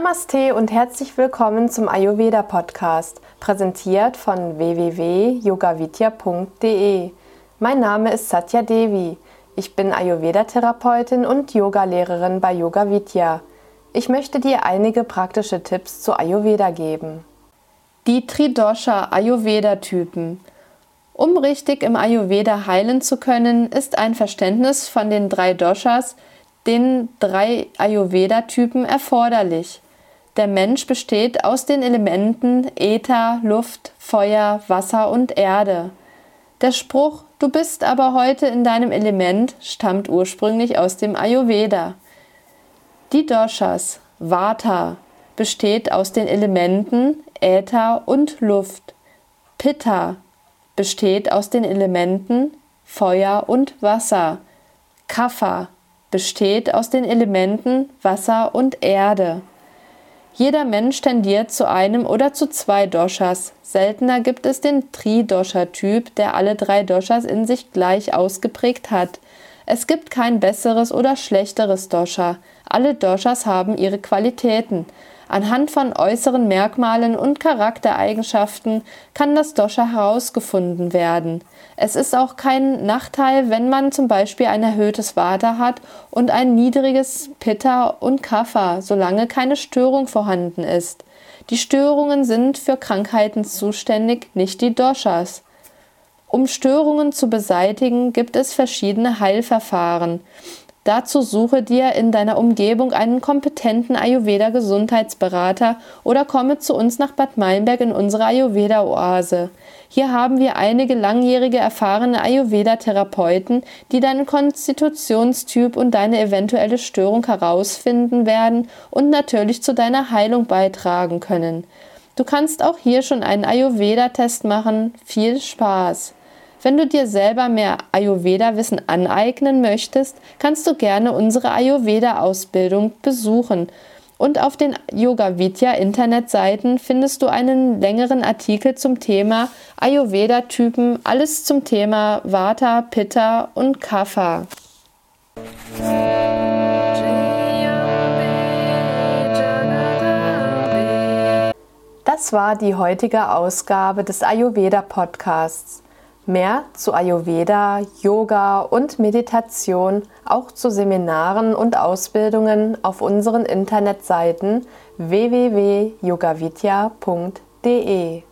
Namaste und herzlich willkommen zum Ayurveda Podcast, präsentiert von www.yogavidya.de. Mein Name ist Satya Devi. Ich bin Ayurveda-Therapeutin und Yogalehrerin bei Yoga Vidya. Ich möchte dir einige praktische Tipps zu Ayurveda geben. Die Tridosha Ayurveda-Typen. Um richtig im Ayurveda heilen zu können, ist ein Verständnis von den 3 Doshas, den 3 Ayurveda-Typen erforderlich. Der Mensch besteht aus den Elementen Äther, Luft, Feuer, Wasser und Erde. Der Spruch „Du bist aber heute in deinem Element" stammt ursprünglich aus dem Ayurveda. Die Doshas Vata besteht aus den Elementen Äther und Luft. Pitta besteht aus den Elementen Feuer und Wasser. Kapha besteht aus den Elementen Wasser und Erde. Jeder Mensch tendiert zu einem oder zu 2 Doshas. Seltener gibt es den Tridosha-Typ, der alle 3 Doshas in sich gleich ausgeprägt hat. Es gibt kein besseres oder schlechteres Dosha. Alle Doshas haben ihre Qualitäten. Anhand von äußeren Merkmalen und Charaktereigenschaften kann das Dosha herausgefunden werden. Es ist auch kein Nachteil, wenn man zum Beispiel ein erhöhtes Vata hat und ein niedriges Pitta und Kapha, solange keine Störung vorhanden ist. Die Störungen sind für Krankheiten zuständig, nicht die Doshas. Um Störungen zu beseitigen, gibt es verschiedene Heilverfahren. Dazu suche dir in deiner Umgebung einen kompetenten Ayurveda-Gesundheitsberater oder komme zu uns nach Bad Meinberg in unsere Ayurveda-Oase. Hier haben wir einige langjährige erfahrene Ayurveda-Therapeuten, die deinen Konstitutionstyp und deine eventuelle Störung herausfinden werden und natürlich zu deiner Heilung beitragen können. Du kannst auch hier schon einen Ayurveda-Test machen. Viel Spaß! Wenn du dir selber mehr Ayurveda-Wissen aneignen möchtest, kannst du gerne unsere Ayurveda-Ausbildung besuchen. Und auf den Yoga Vidya Internetseiten findest du einen längeren Artikel zum Thema Ayurveda-Typen, alles zum Thema Vata, Pitta und Kapha. Das war die heutige Ausgabe des Ayurveda Podcasts. Mehr zu Ayurveda, Yoga und Meditation, auch zu Seminaren und Ausbildungen auf unseren Internetseiten www.yogavidya.de.